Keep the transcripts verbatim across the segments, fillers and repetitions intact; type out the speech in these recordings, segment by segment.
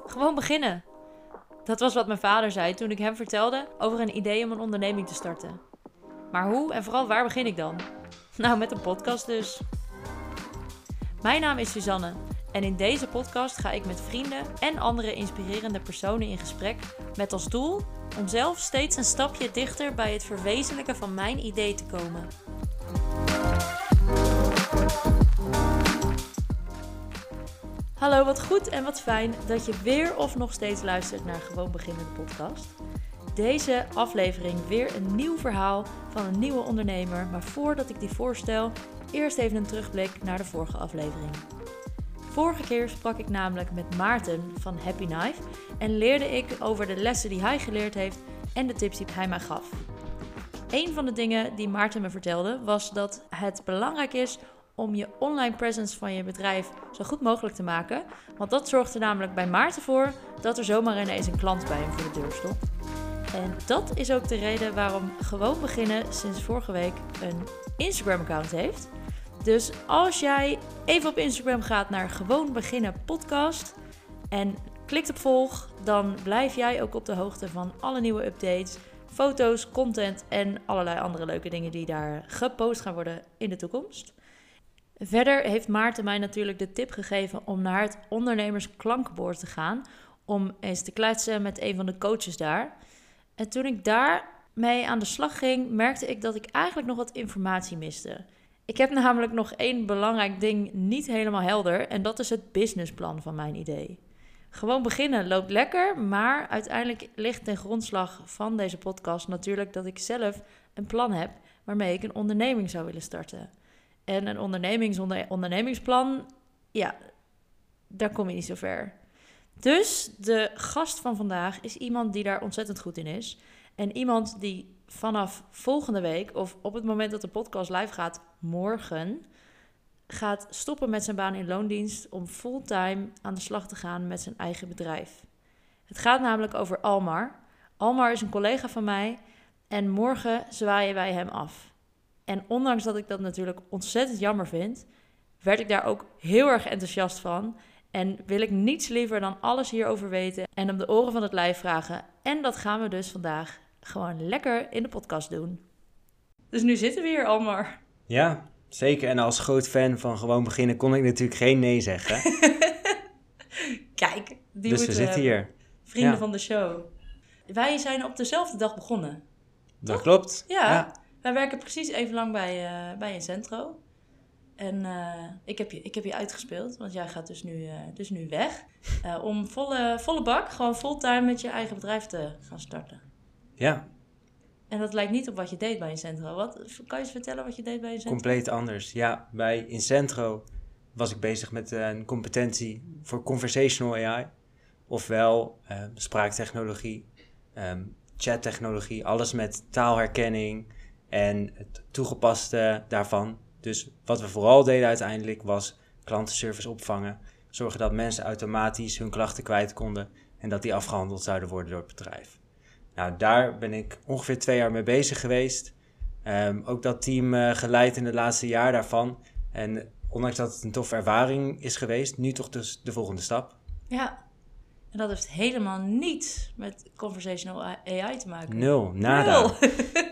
Gewoon beginnen. Dat was wat mijn vader zei toen ik hem vertelde over een idee om een onderneming te starten. Maar hoe en vooral waar begin ik dan? Nou, met een podcast dus. Mijn naam is Suzanne en in deze podcast ga ik met vrienden en andere inspirerende personen in gesprek met als doel om zelf steeds een stapje dichter bij het verwezenlijken van mijn idee te komen. Hallo, wat goed en wat fijn dat je weer of nog steeds luistert naar Gewoon Beginnen de podcast. Deze aflevering weer een nieuw verhaal van een nieuwe ondernemer, maar voordat ik die voorstel, eerst even een terugblik naar de vorige aflevering. Vorige keer sprak ik namelijk met Maarten van Happy Knife en leerde ik over de lessen die hij geleerd heeft en de tips die hij mij gaf. Een van de dingen die Maarten me vertelde was dat het belangrijk is om je online presence van je bedrijf zo goed mogelijk te maken. Want dat zorgt er namelijk bij Maarten voor dat er zomaar ineens een klant bij hem voor de deur stond. En dat is ook de reden waarom Gewoon Beginnen sinds vorige week een Instagram-account heeft. Dus als jij even op Instagram gaat naar Gewoon Beginnen podcast en klikt op volg, dan blijf jij ook op de hoogte van alle nieuwe updates, foto's, content en allerlei andere leuke dingen die daar gepost gaan worden in de toekomst. Verder heeft Maarten mij natuurlijk de tip gegeven om naar het ondernemersklankbord te gaan, om eens te kletsen met een van de coaches daar. En toen ik daarmee aan de slag ging, merkte ik dat ik eigenlijk nog wat informatie miste. Ik heb namelijk nog één belangrijk ding niet helemaal helder en dat is het businessplan van mijn idee. Gewoon beginnen loopt lekker, maar uiteindelijk ligt ten grondslag van deze podcast natuurlijk dat ik zelf een plan heb waarmee ik een onderneming zou willen starten. En een onderneming zonder ondernemingsplan, ja, daar kom je niet zo ver. Dus de gast van vandaag is iemand die daar ontzettend goed in is. En iemand die vanaf volgende week, of op het moment dat de podcast live gaat, morgen, gaat stoppen met zijn baan in loondienst om fulltime aan de slag te gaan met zijn eigen bedrijf. Het gaat namelijk over Almar. Almar is een collega van mij en morgen zwaaien wij hem af. En ondanks dat ik dat natuurlijk ontzettend jammer vind, werd ik daar ook heel erg enthousiast van. En wil ik niets liever dan alles hierover weten en om de oren van het lijf vragen. En dat gaan we dus vandaag gewoon lekker in de podcast doen. Dus nu zitten we hier, Almar. Ja, zeker. En als groot fan van Gewoon Beginnen kon ik natuurlijk geen nee zeggen. Kijk, die dus moeten we zitten hier. Vrienden Ja. van de show. Wij zijn op dezelfde dag begonnen. Dat Toch? klopt. Ja. ja. Wij werken precies even lang bij, uh, bij Incentro. En uh, ik, heb je, ik heb je uitgespeeld, want jij gaat dus nu, uh, dus nu weg. Uh, om volle, volle bak, gewoon fulltime met je eigen bedrijf te gaan starten. Ja. En dat lijkt niet op wat je deed bij Incentro. Wat, kan je eens vertellen wat je deed bij Incentro? Compleet anders. Ja, bij Incentro was ik bezig met uh, een competentie voor conversational A I. Ofwel uh, spraaktechnologie, um, chattechnologie, alles met taalherkenning en het toegepaste daarvan. Dus wat we vooral deden uiteindelijk was klantenservice opvangen. Zorgen dat mensen automatisch hun klachten kwijt konden en dat die afgehandeld zouden worden door het bedrijf. Nou, daar ben ik ongeveer twee jaar mee bezig geweest. Um, ook dat team uh, geleid in het laatste jaar daarvan. En ondanks dat het een toffe ervaring is geweest, nu toch dus de volgende stap. Ja, en dat heeft helemaal niets met conversational A I te maken. Nul, nada. Nul.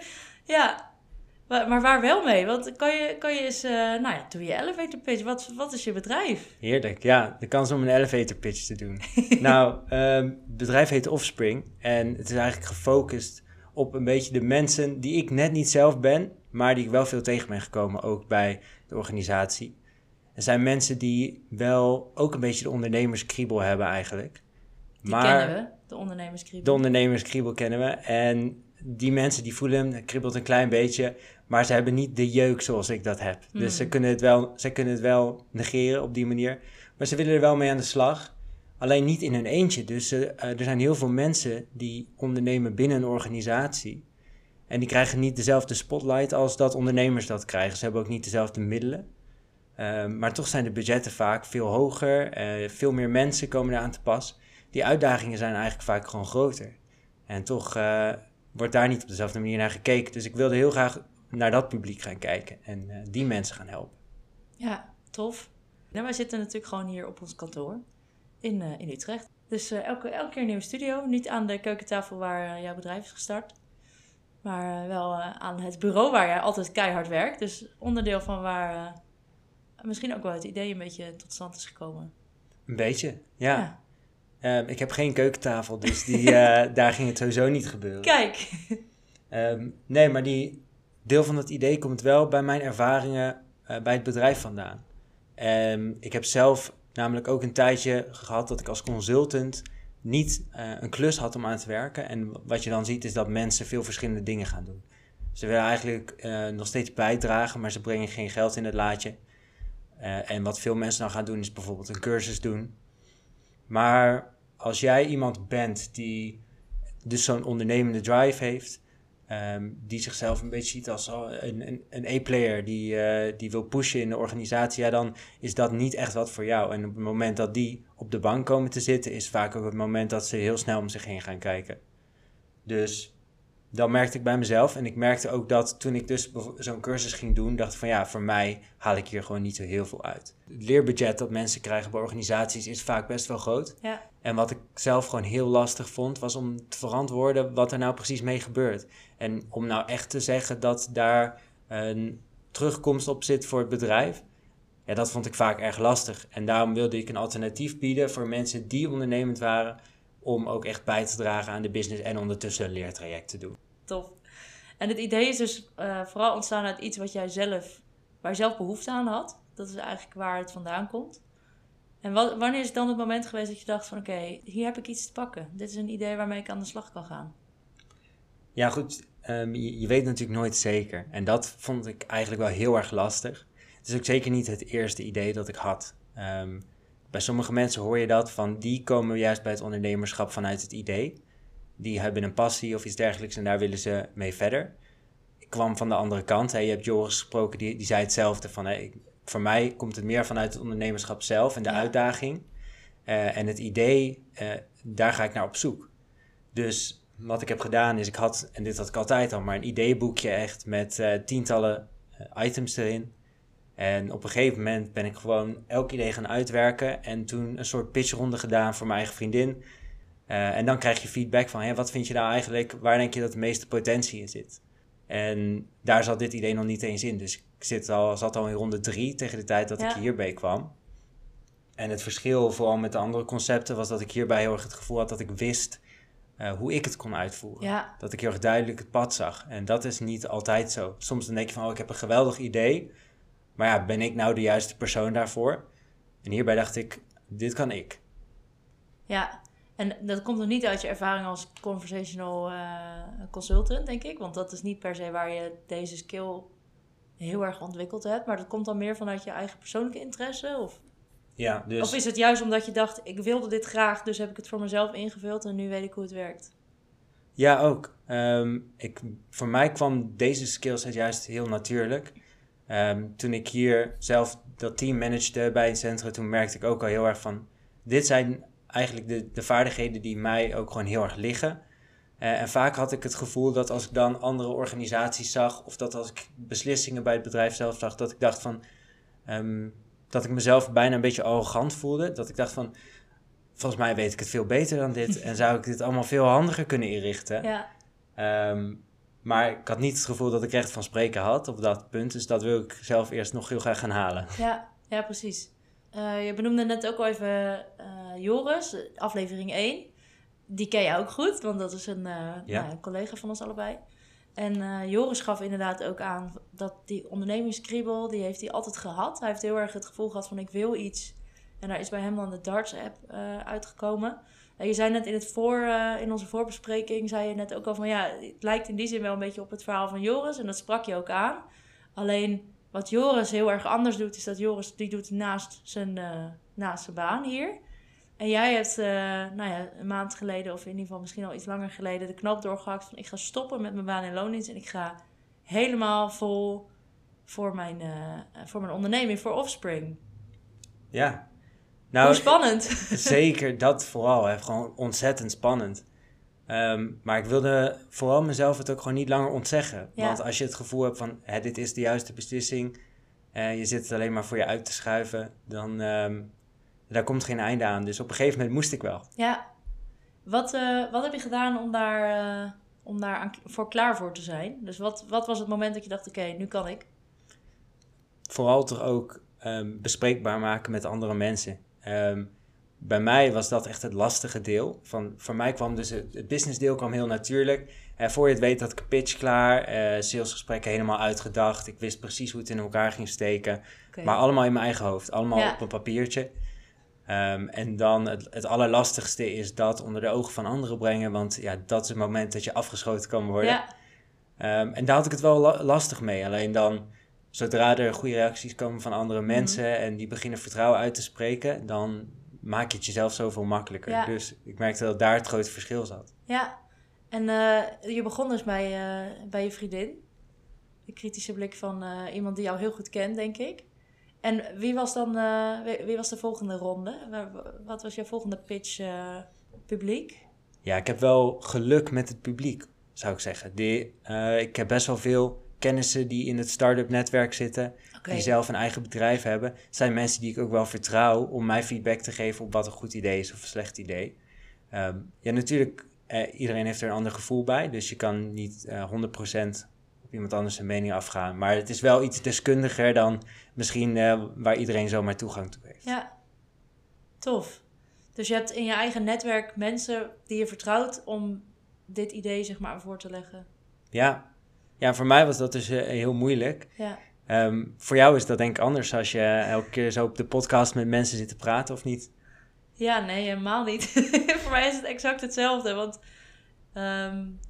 Ja. Maar waar wel mee? Want kan je, kan je eens, uh, nou ja, doe je elevator pitch. Wat, wat is je bedrijf? Heerlijk, ja. De kans om een elevator pitch te doen. nou, um, het bedrijf heet Offspring. En het is eigenlijk gefocust op een beetje de mensen die ik net niet zelf ben, maar die ik wel veel tegen ben gekomen, ook bij de organisatie. Er zijn mensen die wel ook een beetje de ondernemerskriebel hebben eigenlijk. Die maar kennen we, de ondernemerskriebel. De ondernemerskriebel kennen we. En die mensen die voelen hem, het kriebelt een klein beetje, maar ze hebben niet de jeuk zoals ik dat heb. Mm. Dus ze kunnen, het wel, ze kunnen het wel negeren op die manier. Maar ze willen er wel mee aan de slag. Alleen niet in hun eentje. Dus uh, er zijn heel veel mensen die ondernemen binnen een organisatie. En die krijgen niet dezelfde spotlight als dat ondernemers dat krijgen. Ze hebben ook niet dezelfde middelen. Uh, maar toch zijn de budgetten vaak veel hoger. Uh, veel meer mensen komen eraan te pas. Die uitdagingen zijn eigenlijk vaak gewoon groter. En toch uh, wordt daar niet op dezelfde manier naar gekeken. Dus ik wilde heel graag naar dat publiek gaan kijken. En uh, die mensen gaan helpen. Ja, tof. Nou, wij zitten natuurlijk gewoon hier op ons kantoor. in, uh, in Utrecht. Dus uh, elke, elke keer een nieuwe studio. Niet aan de keukentafel waar uh, jouw bedrijf is gestart. Maar uh, wel uh, aan het bureau waar jij altijd keihard werkt. Dus onderdeel van waar uh, misschien ook wel het idee een beetje tot stand is gekomen. Een beetje, ja. ja. Um, ik heb geen keukentafel, dus die, uh, daar ging het sowieso niet gebeuren. Kijk. Um, nee, maar die deel van het idee komt wel bij mijn ervaringen uh, bij het bedrijf vandaan. Um, ik heb zelf namelijk ook een tijdje gehad dat ik als consultant niet uh, een klus had om aan te werken. En wat je dan ziet is dat mensen veel verschillende dingen gaan doen. Ze willen eigenlijk uh, nog steeds bijdragen, maar ze brengen geen geld in het laadje. Uh, en wat veel mensen dan gaan doen is bijvoorbeeld een cursus doen. Maar als jij iemand bent die dus zo'n ondernemende drive heeft, um, die zichzelf een beetje ziet als oh, een, een, een A-player die, uh, die wil pushen in de organisatie, ja, dan is dat niet echt wat voor jou. En op het moment dat die op de bank komen te zitten, is vaak ook het moment dat ze heel snel om zich heen gaan kijken. Dus dat merkte ik bij mezelf. En ik merkte ook dat toen ik dus zo'n cursus ging doen, dacht ik van ja, voor mij haal ik hier gewoon niet zo heel veel uit. Het leerbudget dat mensen krijgen bij organisaties is vaak best wel groot. Ja. En wat ik zelf gewoon heel lastig vond, was om te verantwoorden wat er nou precies mee gebeurt. En om nou echt te zeggen dat daar een terugkomst op zit voor het bedrijf, ja, dat vond ik vaak erg lastig. En daarom wilde ik een alternatief bieden voor mensen die ondernemend waren, om ook echt bij te dragen aan de business en ondertussen een leertraject te doen. Tof. En het idee is dus uh, vooral ontstaan uit iets wat jij zelf, waar je zelf behoefte aan had. Dat is eigenlijk waar het vandaan komt. En wat, wanneer is het dan het moment geweest dat je dacht van oké, okay, hier heb ik iets te pakken. Dit is een idee waarmee ik aan de slag kan gaan. Ja goed, um, je, je weet natuurlijk nooit zeker. En dat vond ik eigenlijk wel heel erg lastig. Het is ook zeker niet het eerste idee dat ik had. Um, bij sommige mensen hoor je dat, van die komen juist bij het ondernemerschap vanuit het idee. Die hebben een passie of iets dergelijks en daar willen ze mee verder. Ik kwam van de andere kant. Hè. Je hebt Joris gesproken, die, die zei hetzelfde. Van, hè, voor mij komt het meer vanuit het ondernemerschap zelf en de ja. uitdaging. Uh, en het idee, uh, daar ga ik naar op zoek. Dus wat ik heb gedaan is, ik had, en dit had ik altijd al, maar een ideeboekje echt met uh, tientallen uh, items erin. En op een gegeven moment ben ik gewoon elk idee gaan uitwerken en toen een soort pitchronde gedaan voor mijn eigen vriendin. Uh, en dan krijg je feedback van, hey, wat vind je nou eigenlijk, waar denk je dat de meeste potentie in zit? En daar zat dit idee nog niet eens in. Dus ik zit al, zat al in ronde drie tegen de tijd dat ja. ik hierbij kwam. En het verschil vooral met de andere concepten was dat ik hierbij heel erg het gevoel had dat ik wist uh, hoe ik het kon uitvoeren. Ja. Dat ik heel erg duidelijk het pad zag. En dat is niet altijd zo. Soms dan denk je van, oh, ik heb een geweldig idee. Maar ja, ben ik nou de juiste persoon daarvoor? En hierbij dacht ik, dit kan ik. Ja, en dat komt nog niet uit je ervaring als conversational uh, consultant, denk ik. Want dat is niet per se waar je deze skill heel erg ontwikkeld hebt. Maar dat komt dan meer vanuit je eigen persoonlijke interesse? Of, ja, dus... of is het juist omdat je dacht, ik wilde dit graag, dus heb ik het voor mezelf ingevuld en nu weet ik hoe het werkt? Ja, ook. Um, ik, voor mij kwam deze skillset juist heel natuurlijk. Um, toen ik hier zelf dat team managede bij Incentro, toen merkte ik ook al heel erg van, dit zijn eigenlijk de, de vaardigheden die mij ook gewoon heel erg liggen. Uh, en vaak had ik het gevoel dat als ik dan andere organisaties zag, of dat als ik beslissingen bij het bedrijf zelf zag, dat ik dacht van, um, dat ik mezelf bijna een beetje arrogant voelde. Dat ik dacht van, volgens mij weet ik het veel beter dan dit en zou ik dit allemaal veel handiger kunnen inrichten. Ja. Um, Maar ik had niet het gevoel dat ik recht van spreken had op dat punt. Dus dat wil ik zelf eerst nog heel graag gaan halen. Ja, ja precies. Uh, je benoemde net ook al even uh, Joris, aflevering één. Die ken je ook goed, want dat is een, uh, ja. nou, een collega van ons allebei. En uh, Joris gaf inderdaad ook aan dat die ondernemingskriebel, die heeft hij altijd gehad. Hij heeft heel erg het gevoel gehad van ik wil iets. En daar is bij hem dan de Darts-app uh, uitgekomen. Je zei net in, het voor, uh, in onze voorbespreking, zei je net ook al van ja, het lijkt in die zin wel een beetje op het verhaal van Joris. En dat sprak je ook aan. Alleen wat Joris heel erg anders doet, is dat Joris die doet naast zijn, uh, naast zijn baan hier. En jij hebt uh, nou ja, een maand geleden, of in ieder geval misschien al iets langer geleden, de knoop doorgehakt van ik ga stoppen met mijn baan in loondienst. En ik ga helemaal vol voor mijn, uh, voor mijn onderneming, voor Offspring. Ja. Nou, hoe spannend. Zeker, dat vooral. Hè. Gewoon ontzettend spannend. Um, maar ik wilde vooral mezelf het ook gewoon niet langer ontzeggen. Ja. Want als je het gevoel hebt van, hè, dit is de juiste beslissing, uh, je zit het alleen maar voor je uit te schuiven, dan, um, daar komt geen einde aan. Dus op een gegeven moment moest ik wel. Ja. Wat, uh, wat heb je gedaan om daar, uh, om daar aan, voor klaar voor te zijn? Dus wat, wat was het moment dat je dacht, oké, okay, nu kan ik? Vooral toch ook um, bespreekbaar maken met andere mensen. Um, bij mij was dat echt het lastige deel. Van, voor mij kwam dus het, het business deel kwam heel natuurlijk. Uh, voor je het weet had ik een pitch klaar. Uh, salesgesprekken helemaal uitgedacht. Ik wist precies hoe het in elkaar ging steken. Okay. Maar allemaal in mijn eigen hoofd. Allemaal ja. op een papiertje. Um, en dan het, het allerlastigste is dat onder de ogen van anderen brengen. Want ja, dat is het moment dat je afgeschoten kan worden. Ja. Um, en daar had ik het wel la- lastig mee. Alleen dan, zodra er goede reacties komen van andere mm-hmm. mensen... en die beginnen vertrouwen uit te spreken... dan maak je het jezelf zoveel makkelijker. Ja. Dus ik merkte dat daar het grote verschil zat. Ja, en uh, je begon dus bij, uh, bij je vriendin. De kritische blik van uh, iemand die jou heel goed kent, denk ik. En wie was dan uh, wie, wie was de volgende ronde? Wat was jouw volgende pitch uh, publiek? Ja, ik heb wel geluk met het publiek, zou ik zeggen. Die, uh, ik heb best wel veel kennissen die in het start-up netwerk zitten... Okay. Die zelf een eigen bedrijf hebben. Het zijn mensen die ik ook wel vertrouw om mij feedback te geven op wat een goed idee is of een slecht idee. Um, ja, natuurlijk, uh, iedereen heeft er een ander gevoel bij. Dus je kan niet uh, honderd procent op iemand anders zijn mening afgaan. Maar het is wel iets deskundiger dan misschien uh, waar iedereen zomaar toegang toe heeft. Ja, tof. Dus je hebt in je eigen netwerk mensen die je vertrouwt om dit idee zeg maar voor te leggen. Ja, ja voor mij was dat dus uh, heel moeilijk. Ja. Um, voor jou is dat denk ik anders als je elke keer zo op de podcast met mensen zit te praten, of niet? Ja, nee, helemaal niet. Voor mij is het exact hetzelfde, want um,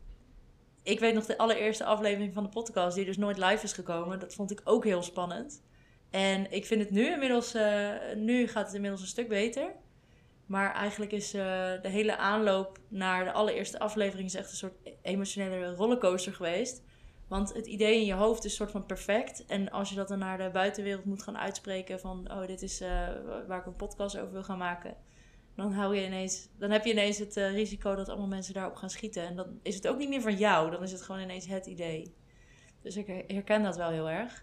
ik weet nog de allereerste aflevering van de podcast, die dus nooit live is gekomen. Dat vond ik ook heel spannend. En ik vind het nu inmiddels, uh, nu gaat het inmiddels een stuk beter. Maar eigenlijk is uh, de hele aanloop naar de allereerste aflevering is echt een soort emotionele rollercoaster geweest. Want het idee in je hoofd is soort van perfect. En als je dat dan naar de buitenwereld moet gaan uitspreken van... oh, dit is uh, waar ik een podcast over wil gaan maken. Dan, hou je ineens, dan heb je ineens het uh, risico dat allemaal mensen daarop gaan schieten. En dan is het ook niet meer van jou. Dan is het gewoon ineens het idee. Dus ik herken dat wel heel erg.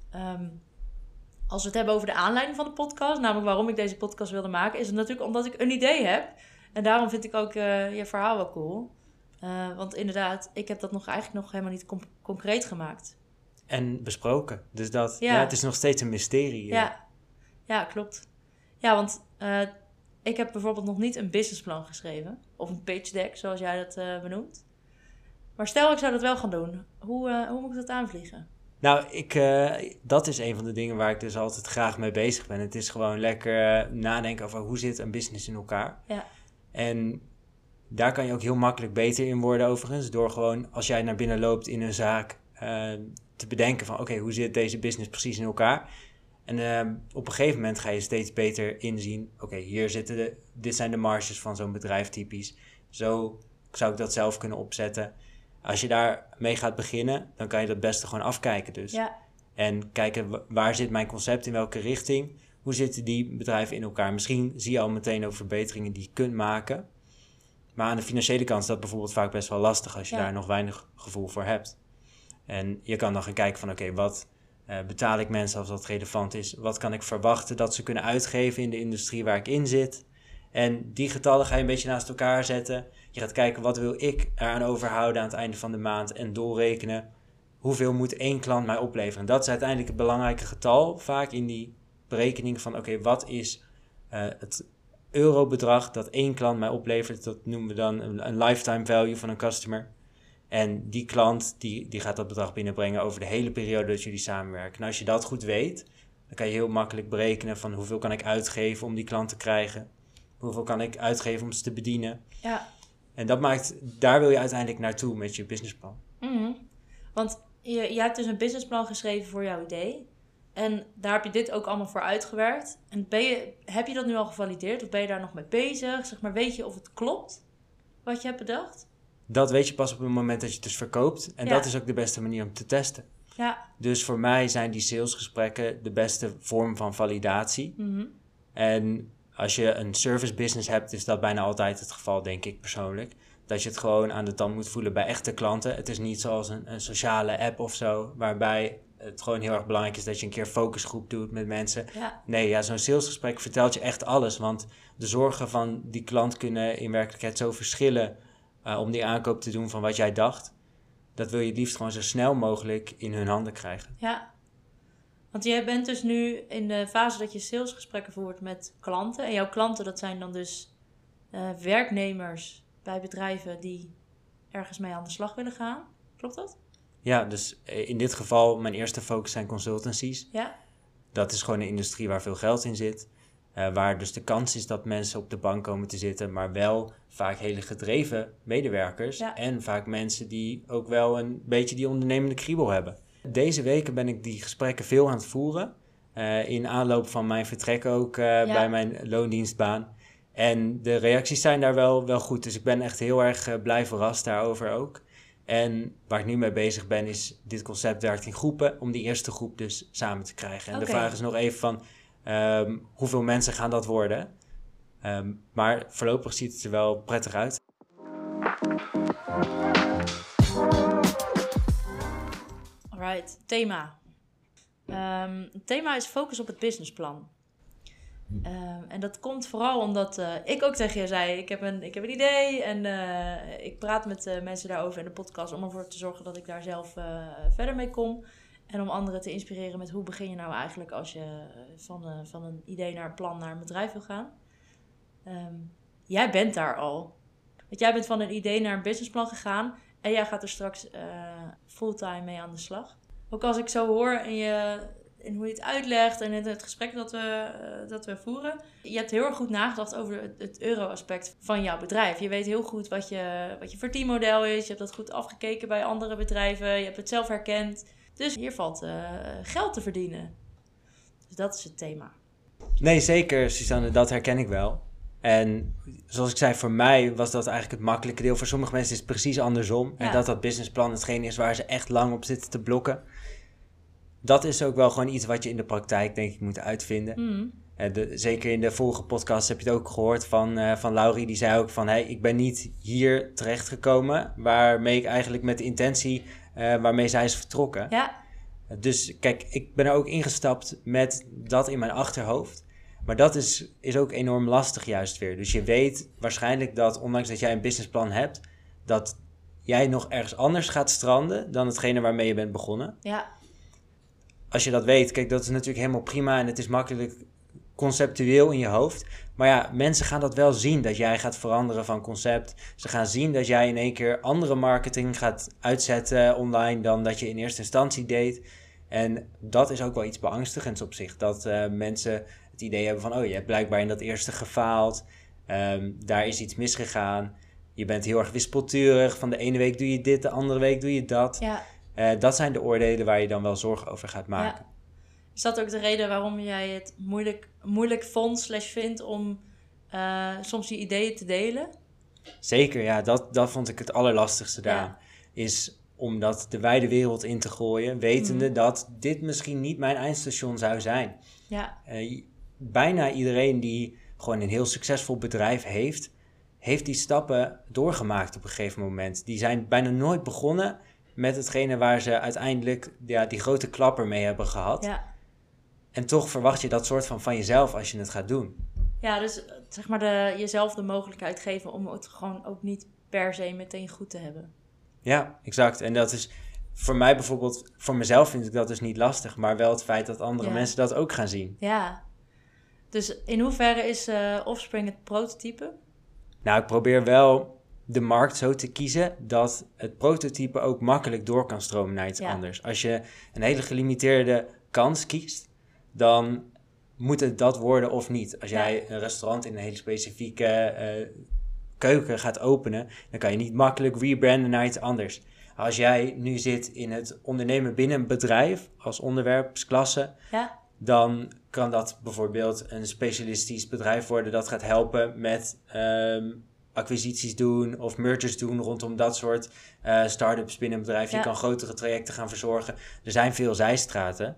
Um, als we het hebben over de aanleiding van de podcast... namelijk waarom ik deze podcast wilde maken... is het natuurlijk omdat ik een idee heb. En daarom vind ik ook uh, je verhaal wel cool... Uh, want inderdaad, ik heb dat nog eigenlijk nog helemaal niet com- concreet gemaakt. En besproken. Dus dat, ja. ja, het is nog steeds een mysterie. Ja, ja, ja klopt. Ja, want uh, ik heb bijvoorbeeld nog niet een businessplan geschreven. Of een pitch deck, zoals jij dat uh, benoemt. Maar stel, ik zou dat wel gaan doen. Hoe, uh, hoe moet ik dat aanvliegen? Nou, ik, uh, dat is een van de dingen waar ik dus altijd graag mee bezig ben. Het is gewoon lekker uh, nadenken over hoe zit een business in elkaar. Ja. En... daar kan je ook heel makkelijk beter in worden overigens. Door gewoon, als jij naar binnen loopt in een zaak... Uh, te bedenken van, oké, okay, hoe zit deze business precies in elkaar? En uh, op een gegeven moment ga je steeds beter inzien... oké, okay, hier zitten de... dit zijn de marges van zo'n bedrijf typisch. Zo zou ik dat zelf kunnen opzetten. Als je daarmee gaat beginnen... dan kan je dat beste gewoon afkijken dus. Ja. En kijken, waar zit mijn concept, in welke richting? Hoe zitten die bedrijven in elkaar? Misschien zie je al meteen ook verbeteringen die je kunt maken... Maar aan de financiële kant is dat bijvoorbeeld vaak best wel lastig... als je ja. daar nog weinig gevoel voor hebt. En je kan dan gaan kijken van... oké, okay, wat uh, betaal ik mensen als dat relevant is? Wat kan ik verwachten dat ze kunnen uitgeven in de industrie waar ik in zit? En die getallen ga je een beetje naast elkaar zetten. Je gaat kijken, wat wil ik eraan overhouden aan het einde van de maand... en doorrekenen, hoeveel moet één klant mij opleveren? En dat is uiteindelijk het belangrijke getal... vaak in die berekening van... oké, okay, wat is uh, het... eurobedrag dat één klant mij oplevert, dat noemen we dan een, een lifetime value van een customer. En die klant die, die gaat dat bedrag binnenbrengen over de hele periode dat jullie samenwerken. En als je dat goed weet, dan kan je heel makkelijk berekenen van hoeveel kan ik uitgeven om die klant te krijgen. Hoeveel kan ik uitgeven om ze te bedienen. Ja. En dat maakt, daar wil je uiteindelijk naartoe met je businessplan. Mm-hmm. Want je, je hebt dus een businessplan geschreven voor jouw idee. En daar heb je dit ook allemaal voor uitgewerkt. En ben je, heb je dat nu al gevalideerd? Of ben je daar nog mee bezig? Zeg maar, weet je of het klopt wat je hebt bedacht? Dat weet je pas op het moment dat je het dus verkoopt. En ja. dat is ook de beste manier om te testen. Ja. Dus voor mij zijn die salesgesprekken de beste vorm van validatie. Mm-hmm. En als je een service business hebt, is dat bijna altijd het geval, denk ik persoonlijk. Dat je het gewoon aan de tand moet voelen bij echte klanten. Het is niet zoals een, een sociale app of zo, waarbij het gewoon heel erg belangrijk is dat je een keer focusgroep doet met mensen. Ja. Nee, ja, zo'n salesgesprek vertelt je echt alles. Want de zorgen van die klant kunnen in werkelijkheid zo verschillen uh, om die aankoop te doen van wat jij dacht. Dat wil je het liefst gewoon zo snel mogelijk in hun handen krijgen. Ja, want jij bent dus nu in de fase dat je salesgesprekken voert met klanten. En jouw klanten, dat zijn dan dus uh, werknemers bij bedrijven die ergens mee aan de slag willen gaan. Klopt dat? Ja, dus in dit geval, mijn eerste focus zijn consultancies. Ja. Dat is gewoon een industrie waar veel geld in zit. Uh, waar dus de kans is dat mensen op de bank komen te zitten, maar wel vaak hele gedreven medewerkers. Ja. En vaak mensen die ook wel een beetje die ondernemende kriebel hebben. Deze weken ben ik die gesprekken veel aan het voeren. Uh, in aanloop van mijn vertrek ook uh, ja. bij mijn loondienstbaan. En de reacties zijn daar wel, wel goed. Dus ik ben echt heel erg uh, blij verrast daarover ook. En waar ik nu mee bezig ben is, dit concept werkt in groepen, om die eerste groep dus samen te krijgen. En okay. De vraag is nog even van, um, hoeveel mensen gaan dat worden? Um, maar voorlopig ziet het er wel prettig uit. Alright, thema. Um, het thema is focus op het businessplan. Um, en dat komt vooral omdat uh, ik ook tegen je zei, ik heb een, ik heb een idee en uh, ik praat met uh, mensen daarover in de podcast om ervoor te zorgen dat ik daar zelf uh, verder mee kom. En om anderen te inspireren met hoe begin je nou eigenlijk als je van, uh, van een idee naar een plan naar een bedrijf wil gaan. Um, jij bent daar al. Want jij bent van een idee naar een businessplan gegaan en jij gaat er straks uh, fulltime mee aan de slag. Ook als ik zo hoor en je... en hoe je het uitlegt en in het gesprek dat we, uh, dat we voeren. Je hebt heel erg goed nagedacht over het, het euro-aspect van jouw bedrijf. Je weet heel goed wat je, wat je verdienmodel is. Je hebt dat goed afgekeken bij andere bedrijven. Je hebt het zelf herkend. Dus hier valt uh, geld te verdienen. Dus dat is het thema. Nee, zeker, Suzanne. Dat herken ik wel. En zoals ik zei, voor mij was dat eigenlijk het makkelijke deel. Voor sommige mensen is het precies andersom. Ja. En dat dat businessplan hetgeen is waar ze echt lang op zitten te blokken. Dat is ook wel gewoon iets wat je in de praktijk, denk ik, moet uitvinden. Mm. Uh, de, zeker in de vorige podcast heb je het ook gehoord van, uh, van Laurie. Die zei ook van, hey, ik ben niet hier terechtgekomen waarmee ik eigenlijk met de intentie uh, waarmee zij is vertrokken. Ja. Uh, dus kijk, ik ben er ook ingestapt met dat in mijn achterhoofd. Maar dat is, is ook enorm lastig juist weer. Dus je weet waarschijnlijk dat, ondanks dat jij een businessplan hebt, dat jij nog ergens anders gaat stranden dan hetgene waarmee je bent begonnen. Ja. Als je dat weet, kijk, dat is natuurlijk helemaal prima en het is makkelijk conceptueel in je hoofd. Maar ja, mensen gaan dat wel zien, dat jij gaat veranderen van concept. Ze gaan zien dat jij in één keer andere marketing gaat uitzetten online dan dat je in eerste instantie deed. En dat is ook wel iets beangstigends op zich, dat uh, mensen het idee hebben van, oh, je hebt blijkbaar in dat eerste gefaald, um, daar is iets misgegaan. Je bent heel erg wispelturig, van de ene week doe je dit, de andere week doe je dat. Ja. Uh, dat zijn de oordelen waar je dan wel zorgen over gaat maken. Ja. Is dat ook de reden waarom jij het moeilijk, moeilijk vond slash vindt om uh, soms je ideeën te delen? Zeker, ja. Dat, dat vond ik het allerlastigste daaraan. Ja. Is om dat de wijde wereld in te gooien, wetende mm. dat dit misschien niet mijn eindstation zou zijn. Ja. Uh, bijna iedereen die gewoon een heel succesvol bedrijf heeft, heeft die stappen doorgemaakt op een gegeven moment. Die zijn bijna nooit begonnen met hetgene waar ze uiteindelijk ja, die grote klapper mee hebben gehad. Ja. En toch verwacht je dat soort van van jezelf als je het gaat doen. Ja, dus zeg maar de, jezelf de mogelijkheid geven om het gewoon ook niet per se meteen goed te hebben. Ja, exact. En dat is voor mij bijvoorbeeld, voor mezelf vind ik dat dus niet lastig, maar wel het feit dat andere ja. mensen dat ook gaan zien. Ja. Dus in hoeverre is uh, Offspring het prototype? Nou, ik probeer wel de markt zo te kiezen dat het prototype ook makkelijk door kan stromen naar iets ja. anders. Als je een hele gelimiteerde kans kiest, dan moet het dat worden of niet. Als jij ja. een restaurant in een hele specifieke uh, keuken gaat openen, dan kan je niet makkelijk rebranden naar iets anders. Als jij nu zit in het ondernemen binnen een bedrijf als onderwerpsklasse, ja. dan kan dat bijvoorbeeld een specialistisch bedrijf worden dat gaat helpen met Um, acquisities doen of mergers doen rondom dat soort uh, start-ups binnen een bedrijf. Ja. Je kan grotere trajecten gaan verzorgen. Er zijn veel zijstraten.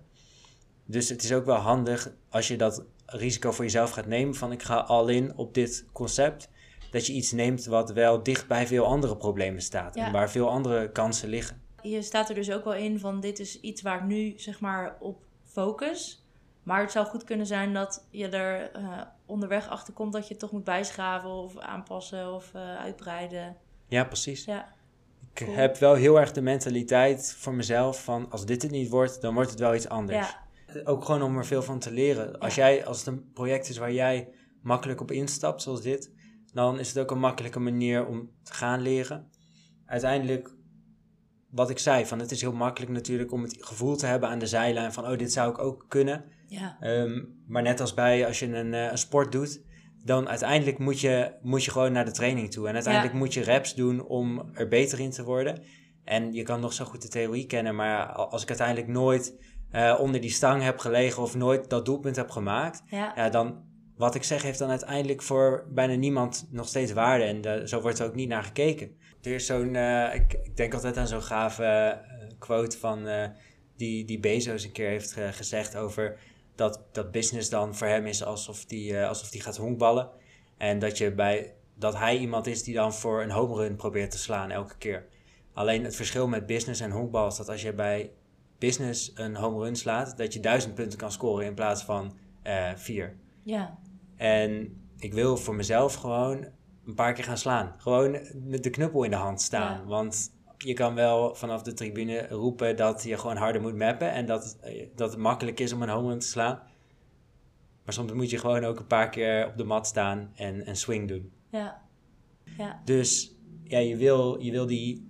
Dus het is ook wel handig als je dat risico voor jezelf gaat nemen van ik ga al in op dit concept, dat je iets neemt wat wel dicht bij veel andere problemen staat ja. en waar veel andere kansen liggen. je staat er dus ook wel in van dit is iets waar ik nu zeg maar op focus. Maar het zou goed kunnen zijn dat je er uh, onderweg achter komt dat je het toch moet bijschaven of aanpassen of uh, uitbreiden. Ja, precies. Ja. Ik Cool. heb wel heel erg de mentaliteit voor mezelf van als dit het niet wordt, dan wordt het wel iets anders. Ja. Ook gewoon om er veel van te leren. Als, Ja. jij, als het een project is waar jij makkelijk op instapt, zoals dit, dan is het ook een makkelijke manier om te gaan leren. Uiteindelijk, wat ik zei, van het is heel makkelijk natuurlijk om het gevoel te hebben aan de zijlijn van, oh, dit zou ik ook kunnen. Ja. Um, maar net als bij als je een, uh, een sport doet, dan uiteindelijk moet je, moet je gewoon naar de training toe. En uiteindelijk Ja. moet je reps doen om er beter in te worden. En je kan nog zo goed de theorie kennen, maar als ik uiteindelijk nooit uh, onder die stang heb gelegen of nooit dat doelpunt heb gemaakt, Ja. ja, dan, wat ik zeg, heeft dan uiteindelijk voor bijna niemand nog steeds waarde. En uh, zo wordt er ook niet naar gekeken. Er is zo'n, uh, ik, ik denk altijd aan zo'n gave uh, quote van uh, die, die Bezos een keer heeft uh, gezegd over dat, dat business dan voor hem is alsof die, uh, alsof die gaat honkballen. En dat, je bij, dat hij iemand is die dan voor een home run probeert te slaan elke keer. Alleen het verschil met business en honkbal is dat als je bij business een home run slaat, dat je duizend punten kan scoren in plaats van uh, vier. Ja. En ik wil voor mezelf gewoon een paar keer gaan slaan. Gewoon met de knuppel in de hand staan. Ja. Want je kan wel vanaf de tribune roepen dat je gewoon harder moet mappen en dat, dat het makkelijk is om een home run te slaan. Maar soms moet je gewoon ook een paar keer op de mat staan en een swing doen. Ja. Ja. Dus ja, je wil, je wil die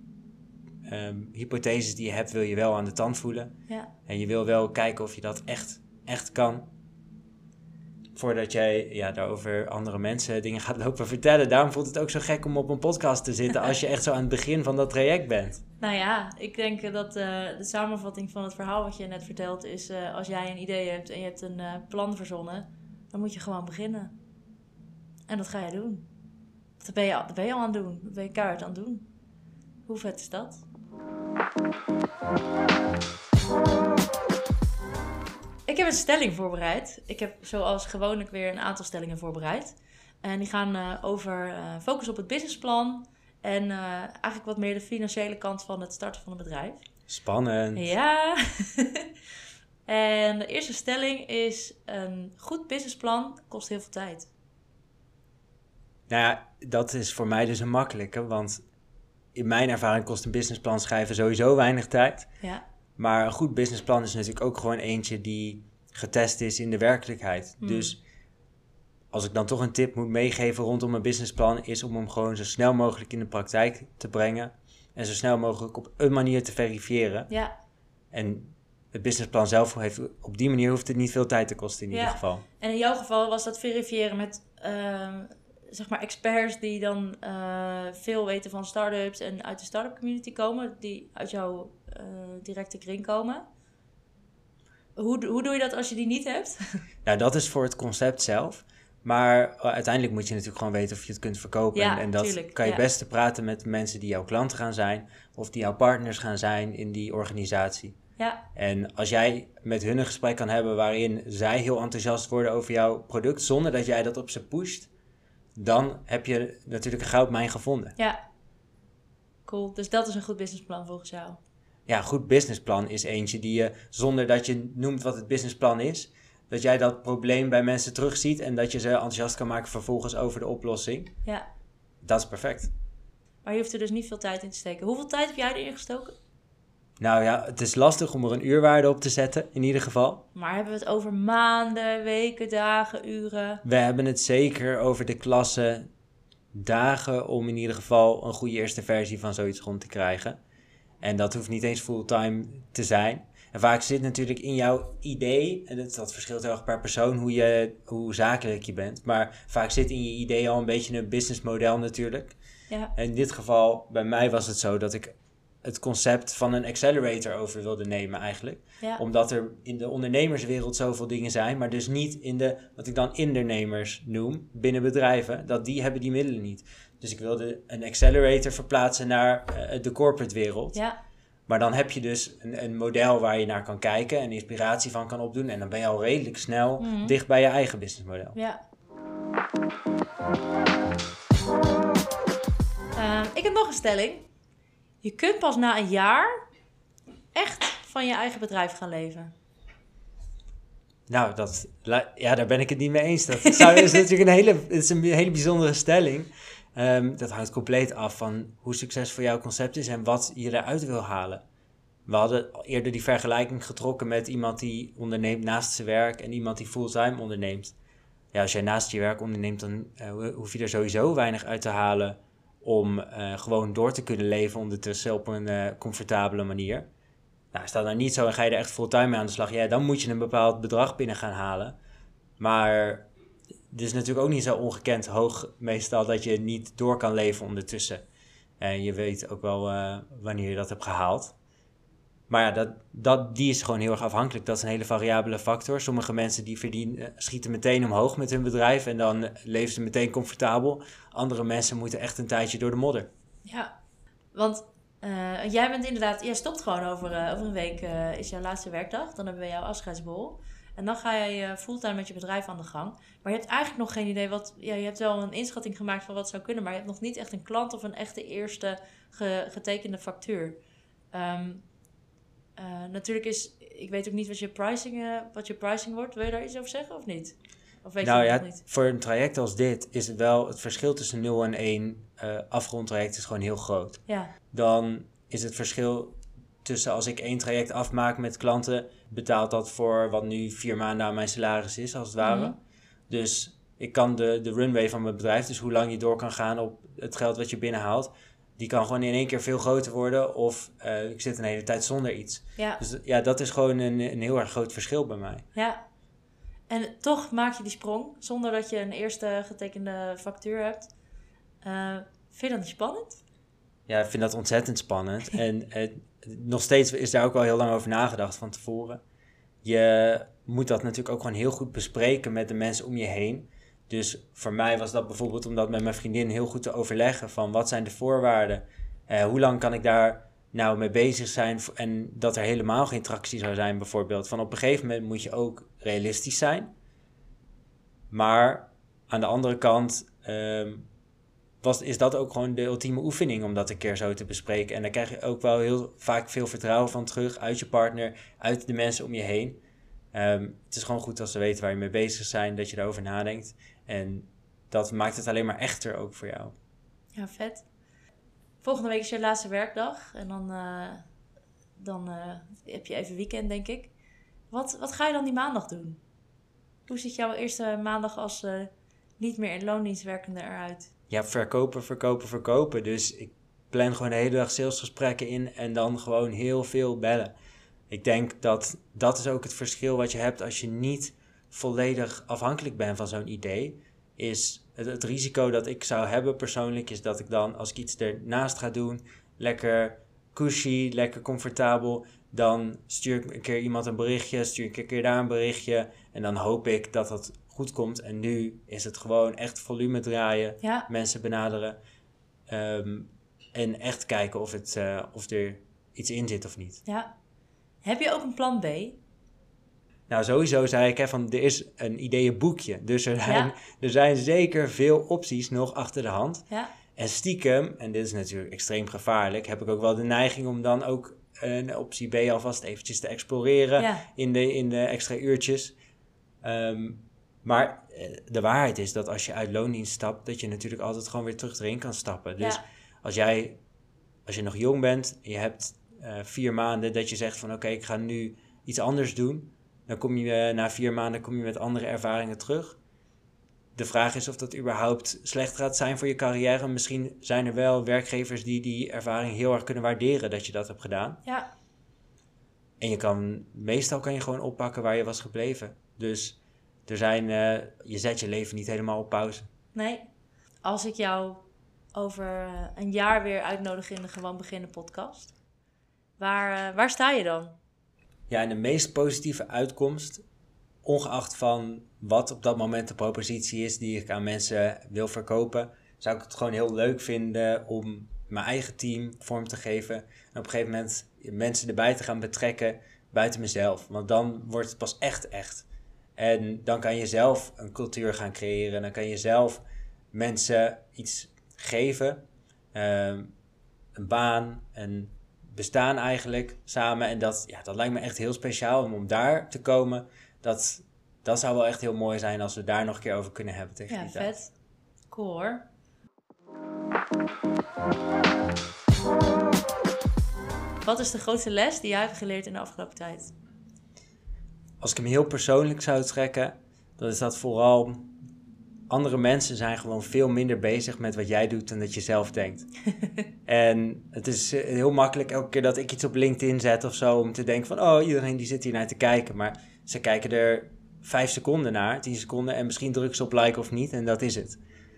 um, hypotheses die je hebt, wil je wel aan de tand voelen. Ja. En je wil wel kijken of je dat echt, echt kan. Voordat jij ja, daarover andere mensen dingen gaat lopen vertellen. Daarom voelt het ook zo gek om op een podcast te zitten als je echt zo aan het begin van dat traject bent. Nou ja, ik denk dat uh, de samenvatting van het verhaal wat je net vertelt is, uh, als jij een idee hebt en je hebt een uh, plan verzonnen, dan moet je gewoon beginnen. En dat ga je doen. Dat ben je, dat ben je al aan het doen. Dat ben je keihard aan het doen. Hoe vet is dat? Ik heb een stelling voorbereid. Ik heb zoals gewoonlijk weer een aantal stellingen voorbereid. En die gaan uh, over uh, focus op het businessplan. En uh, eigenlijk wat meer de financiële kant van het starten van een bedrijf. Spannend. Ja. En de eerste stelling is: een goed businessplan kost heel veel tijd. Nou ja, dat is voor mij dus een makkelijke. Want in mijn ervaring kost een businessplan schrijven sowieso weinig tijd. Ja. Maar een goed businessplan is natuurlijk ook gewoon eentje die getest is in de werkelijkheid. Hmm. Dus als ik dan toch een tip moet meegeven rondom een businessplan, is om hem gewoon zo snel mogelijk in de praktijk te brengen. En zo snel mogelijk op een manier te verifiëren. Ja. En het businessplan zelf heeft op die manier hoeft het niet veel tijd te kosten in ja. ieder geval. En in jouw geval was dat verifiëren met uh, zeg maar experts die dan uh, veel weten van start-ups en uit de start-up community komen, die uit jouw uh, directe kring komen. Hoe, hoe doe je dat als je die niet hebt? Nou, dat is voor het concept zelf. Maar uiteindelijk moet je natuurlijk gewoon weten of je het kunt verkopen. Ja, en, en dat tuurlijk, kan je ja. beste praten met mensen die jouw klanten gaan zijn, of die jouw partners gaan zijn in die organisatie. Ja. En als jij met hun een gesprek kan hebben waarin zij heel enthousiast worden over jouw product, zonder dat jij dat op ze pusht, dan heb je natuurlijk een goudmijn gevonden. Ja, cool. Dus dat is een goed businessplan volgens jou? Ja, een goed businessplan is eentje die je, zonder dat je noemt wat het businessplan is, dat jij dat probleem bij mensen terugziet en dat je ze enthousiast kan maken vervolgens over de oplossing. Ja. Dat is perfect. Maar je hoeft er dus niet veel tijd in te steken. Hoeveel tijd heb jij erin gestoken? Nou ja, het is lastig om er een uurwaarde op te zetten, in ieder geval. Maar hebben we het over maanden, weken, dagen, uren? We hebben het zeker over de klasse dagen om in ieder geval een goede eerste versie van zoiets rond te krijgen. En dat hoeft niet eens fulltime te zijn. En vaak zit natuurlijk in jouw idee, en dat, dat verschilt heel erg per persoon hoe, je, hoe zakelijk je bent. Maar vaak zit in je idee al een beetje een businessmodel natuurlijk. Ja. En in dit geval, bij mij was het zo dat ik het concept van een accelerator over wilde nemen eigenlijk. Ja. Omdat er in de ondernemerswereld zoveel dingen zijn, maar dus niet in de, wat ik dan ondernemers noem, binnen bedrijven, dat die hebben die middelen niet. Dus ik wilde een accelerator verplaatsen naar uh, de corporate wereld. Ja. Maar dan heb je dus een, een model waar je naar kan kijken en inspiratie van kan opdoen. En dan ben je al redelijk snel mm-hmm. dicht bij je eigen businessmodel. Ja. Uh, ik heb nog een stelling. Je kunt pas na een jaar echt van je eigen bedrijf gaan leven? Nou, dat, ja, daar ben ik het niet mee eens. Dat zou, is natuurlijk een hele, het is een hele bijzondere stelling. Um, dat hangt compleet af van hoe succesvol jouw concept is en wat je eruit wil halen. We hadden eerder die vergelijking getrokken met iemand die onderneemt naast zijn werk en iemand die fulltime onderneemt. Ja, als jij naast je werk onderneemt, dan uh, hoef je er sowieso weinig uit te halen om uh, gewoon door te kunnen leven ondertussen op een uh, comfortabele manier. Nou, is dat nou niet zo en ga je er echt fulltime mee aan de slag, ja, dan moet je een bepaald bedrag binnen gaan halen. Maar het is natuurlijk ook niet zo ongekend hoog meestal dat je niet door kan leven ondertussen. En je weet ook wel uh, wanneer je dat hebt gehaald. Maar ja, dat, dat, die is gewoon heel erg afhankelijk. Dat is een hele variabele factor. Sommige mensen die verdienen, schieten meteen omhoog met hun bedrijf en dan leven ze meteen comfortabel. Andere mensen moeten echt een tijdje door de modder. Ja, want uh, jij bent inderdaad, jij stopt gewoon over, uh, over een week, uh, is jouw laatste werkdag. Dan hebben we jouw afscheidsborrel. En dan ga jij uh, fulltime met je bedrijf aan de gang. Maar je hebt eigenlijk nog geen idee wat... Ja, je hebt wel een inschatting gemaakt van wat zou kunnen, maar je hebt nog niet echt een klant of een echte eerste ge, getekende factuur. Um, uh, natuurlijk is... Ik weet ook niet wat je pricing, uh, wat je pricing wordt. Wil je daar iets over zeggen of niet? Of weet nou je ja, nog niet? Voor een traject als dit is het wel... Het verschil tussen nul en één uh, afrondtraject is gewoon heel groot. Ja. Dan is het verschil tussen als ik één traject afmaak met klanten, betaalt dat voor wat nu vier maanden aan mijn salaris is, als het ware. Mm-hmm. Dus ik kan de, de runway van mijn bedrijf, dus hoe lang je door kan gaan op het geld wat je binnenhaalt, die kan gewoon in één keer veel groter worden of uh, ik zit een hele tijd zonder iets. Ja. Dus ja, dat is gewoon een, een heel erg groot verschil bij mij. Ja. En toch maak je die sprong zonder dat je een eerste getekende factuur hebt. Uh, vind je dat niet spannend? Ja, ik vind dat ontzettend spannend. En uh, nog steeds is daar ook wel heel lang over nagedacht van tevoren. Je moet dat natuurlijk ook gewoon heel goed bespreken met de mensen om je heen. Dus voor mij was dat bijvoorbeeld om dat met mijn vriendin heel goed te overleggen van wat zijn de voorwaarden? Uh, hoe lang kan ik daar nou mee bezig zijn en dat er helemaal geen tractie zou zijn bijvoorbeeld. Van op een gegeven moment moet je ook realistisch zijn. Maar aan de andere kant um, was, is dat ook gewoon de ultieme oefening om dat een keer zo te bespreken. En daar krijg je ook wel heel vaak veel vertrouwen van terug uit je partner, uit de mensen om je heen. Um, het is gewoon goed als ze weten waar je mee bezig bent, dat je erover nadenkt. En dat maakt het alleen maar echter ook voor jou. Ja, vet. Volgende week is je laatste werkdag. En dan, uh, dan uh, heb je even weekend, denk ik. Wat, wat ga je dan die maandag doen? Hoe ziet jouw eerste maandag als uh, niet meer in loondienst werkende eruit? Ja, verkopen, verkopen, verkopen. Dus ik plan gewoon de hele dag salesgesprekken in en dan gewoon heel veel bellen. Ik denk dat dat is ook het verschil wat je hebt als je niet volledig afhankelijk bent van zo'n idee. Is het, het risico dat ik zou hebben persoonlijk is dat ik dan, als ik iets ernaast ga doen, lekker cushy, lekker comfortabel, dan stuur ik een keer iemand een berichtje, stuur ik een keer daar een berichtje en dan hoop ik dat dat goed komt. En nu is het gewoon echt volume draaien, ja. mensen benaderen um, en echt kijken of, het, uh, of er iets in zit of niet. Ja. Heb je ook een plan B? Nou, sowieso zei ik, hè, van, er is een ideeënboekje. Dus er zijn, ja. er zijn zeker veel opties nog achter de hand. Ja. En stiekem, en dit is natuurlijk extreem gevaarlijk, heb ik ook wel de neiging om dan ook een optie B alvast eventjes te exploreren ja. in, de, in de extra uurtjes. Um, maar de waarheid is dat als je uit loondienst stapt, dat je natuurlijk altijd gewoon weer terug erin kan stappen. Dus ja. als jij, als je nog jong bent, je hebt uh, vier maanden dat je zegt van oké, okay, ik ga nu iets anders doen. Dan kom je uh, na vier maanden kom je met andere ervaringen terug. De vraag is of dat überhaupt slecht gaat zijn voor je carrière. Misschien zijn er wel werkgevers die die ervaring heel erg kunnen waarderen dat je dat hebt gedaan. Ja. En je kan, meestal kan je gewoon oppakken waar je was gebleven. Dus er zijn, uh, je zet je leven niet helemaal op pauze. Nee. Als ik jou over uh, een jaar weer uitnodig in de Gewoon Beginnen podcast, waar, uh, waar sta je dan? Ja, en de meest positieve uitkomst, ongeacht van wat op dat moment de propositie is die ik aan mensen wil verkopen, zou ik het gewoon heel leuk vinden om mijn eigen team vorm te geven. En op een gegeven moment mensen erbij te gaan betrekken buiten mezelf. Want dan wordt het pas echt echt. En dan kan je zelf een cultuur gaan creëren. Dan kan je zelf mensen iets geven. Um, een baan, een bestaan eigenlijk samen. En dat, ja, dat lijkt me echt heel speciaal om, om daar te komen. Dat, dat zou wel echt heel mooi zijn als we daar nog een keer over kunnen hebben tegen Ja, die tijd. vet. Cool hoor. Wat is de grootste les die jij hebt geleerd in de afgelopen tijd? Als ik hem heel persoonlijk zou trekken, dan is dat vooral... Andere mensen zijn gewoon veel minder bezig met wat jij doet dan dat je zelf denkt. En het is heel makkelijk elke keer dat ik iets op LinkedIn zet of zo... om te denken van, oh, iedereen die zit hier naar te kijken. Maar ze kijken er vijf seconden naar, tien seconden... en misschien drukken ze op like of niet en dat is het.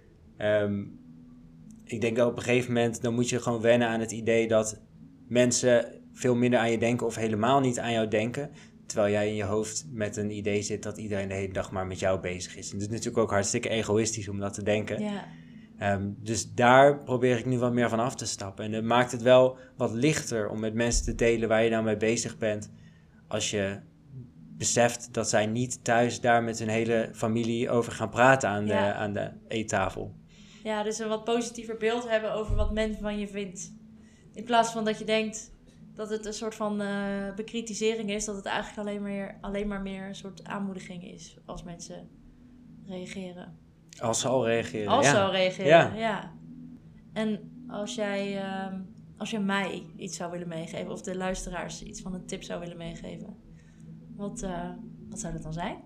Um, ik denk dat op een gegeven moment... dan moet je gewoon wennen aan het idee dat mensen veel minder aan je denken... of helemaal niet aan jou denken... terwijl jij in je hoofd met een idee zit dat iedereen de hele dag maar met jou bezig is. En het is natuurlijk ook hartstikke egoïstisch om dat te denken. Ja. Um, dus daar probeer ik nu wat meer van af te stappen. En het maakt het wel wat lichter om met mensen te delen waar je nou mee bezig bent. Als je beseft dat zij niet thuis daar met hun hele familie over gaan praten aan de, Ja. aan de eettafel. Ja, dus een wat positiever beeld hebben over wat men van je vindt. In plaats van dat je denkt dat het een soort van uh, bekritisering is, dat het eigenlijk alleen maar, alleen maar meer een soort aanmoediging is als mensen reageren. Als ze al reageren, Als ja. ze al reageren, Ja. ja. En als jij, uh, als jij mij iets zou willen meegeven, of de luisteraars iets van een tip zou willen meegeven, wat, uh, wat zou dat dan zijn?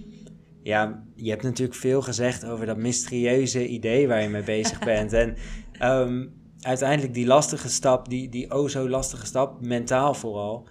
Ja, je hebt natuurlijk veel gezegd over dat mysterieuze idee waar je mee bezig bent. En um, uiteindelijk die lastige stap, die, die oh zo lastige stap, mentaal vooral,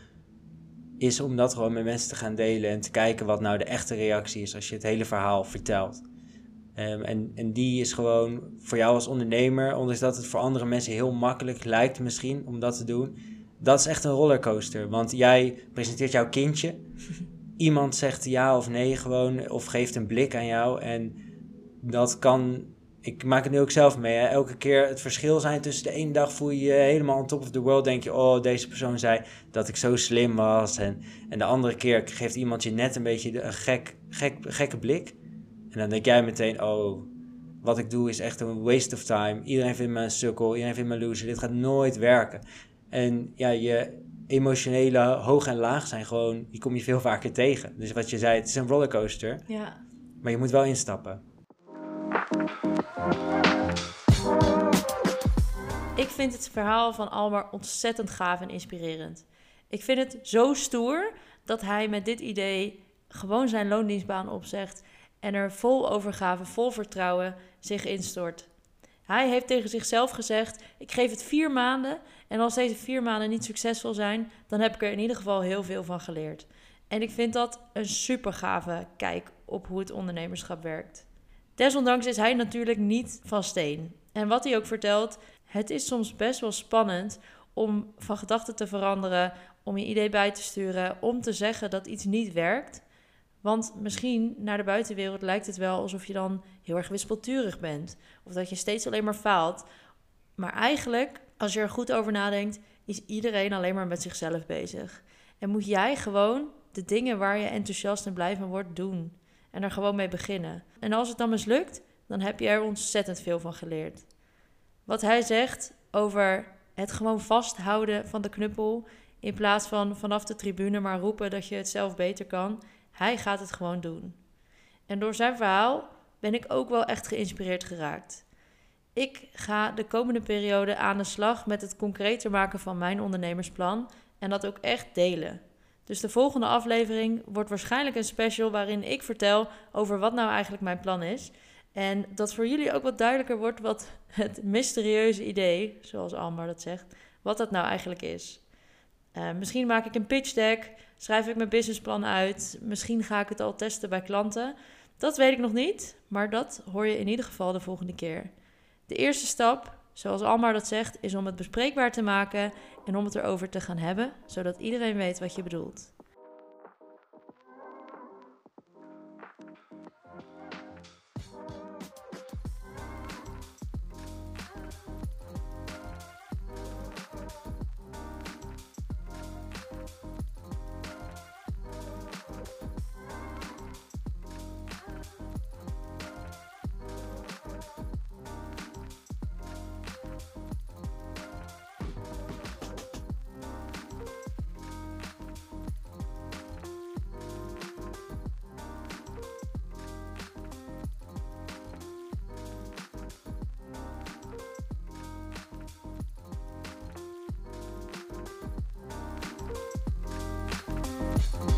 is om dat gewoon met mensen te gaan delen en te kijken wat nou de echte reactie is als je het hele verhaal vertelt. Um, en, en die is gewoon voor jou als ondernemer, ondanks dat het voor andere mensen heel makkelijk lijkt misschien om dat te doen, dat is echt een rollercoaster. Want jij presenteert jouw kindje, iemand zegt ja of nee gewoon, of geeft een blik aan jou en dat kan... Ik maak het nu ook zelf mee. Hè? Elke keer het verschil zijn tussen de ene dag voel je je helemaal on top of the world. Denk je, oh, deze persoon zei dat ik zo slim was. En, en de andere keer geeft iemand je net een beetje een gek, gek, gekke blik. En dan denk jij meteen, oh, wat ik doe is echt een waste of time. Iedereen vindt me een sukkel, iedereen vindt me een loser. Dit gaat nooit werken. En ja, je emotionele hoog en laag zijn gewoon, die kom je veel vaker tegen. Dus wat je zei, het is een rollercoaster. Ja. Maar je moet wel instappen. Ik vind het verhaal van Almar ontzettend gaaf en inspirerend. Ik vind het zo stoer dat hij met dit idee gewoon zijn loondienstbaan opzegt en er vol overgave, vol vertrouwen zich instort. Hij heeft tegen zichzelf gezegd, ik geef het vier maanden en als deze vier maanden niet succesvol zijn, dan heb ik er in ieder geval heel veel van geleerd. En ik vind dat een super gave kijk op hoe het ondernemerschap werkt. Desondanks is hij natuurlijk niet van steen. En wat hij ook vertelt, het is soms best wel spannend om van gedachten te veranderen, om je idee bij te sturen, om te zeggen dat iets niet werkt. Want misschien naar de buitenwereld lijkt het wel alsof je dan heel erg wispelturig bent. Of dat je steeds alleen maar faalt. Maar eigenlijk, als je er goed over nadenkt, is iedereen alleen maar met zichzelf bezig. En moet jij gewoon de dingen waar je enthousiast en blij van wordt doen. En er gewoon mee beginnen. En als het dan mislukt, dan heb je er ontzettend veel van geleerd. Wat hij zegt over het gewoon vasthouden van de knuppel, in plaats van vanaf de tribune maar roepen dat je het zelf beter kan. Hij gaat het gewoon doen. En door zijn verhaal ben ik ook wel echt geïnspireerd geraakt. Ik ga de komende periode aan de slag met het concreter maken van mijn ondernemersplan en dat ook echt delen. Dus de volgende aflevering wordt waarschijnlijk een special waarin ik vertel over wat nou eigenlijk mijn plan is. En dat voor jullie ook wat duidelijker wordt wat het mysterieuze idee, zoals Almar dat zegt, wat dat nou eigenlijk is. Uh, misschien maak ik een pitch deck, schrijf ik mijn businessplan uit. Misschien ga ik het al testen bij klanten. Dat weet ik nog niet, maar dat hoor je in ieder geval de volgende keer. De eerste stap, zoals Almar dat zegt, is om het bespreekbaar te maken en om het erover te gaan hebben, zodat iedereen weet wat je bedoelt. Doei!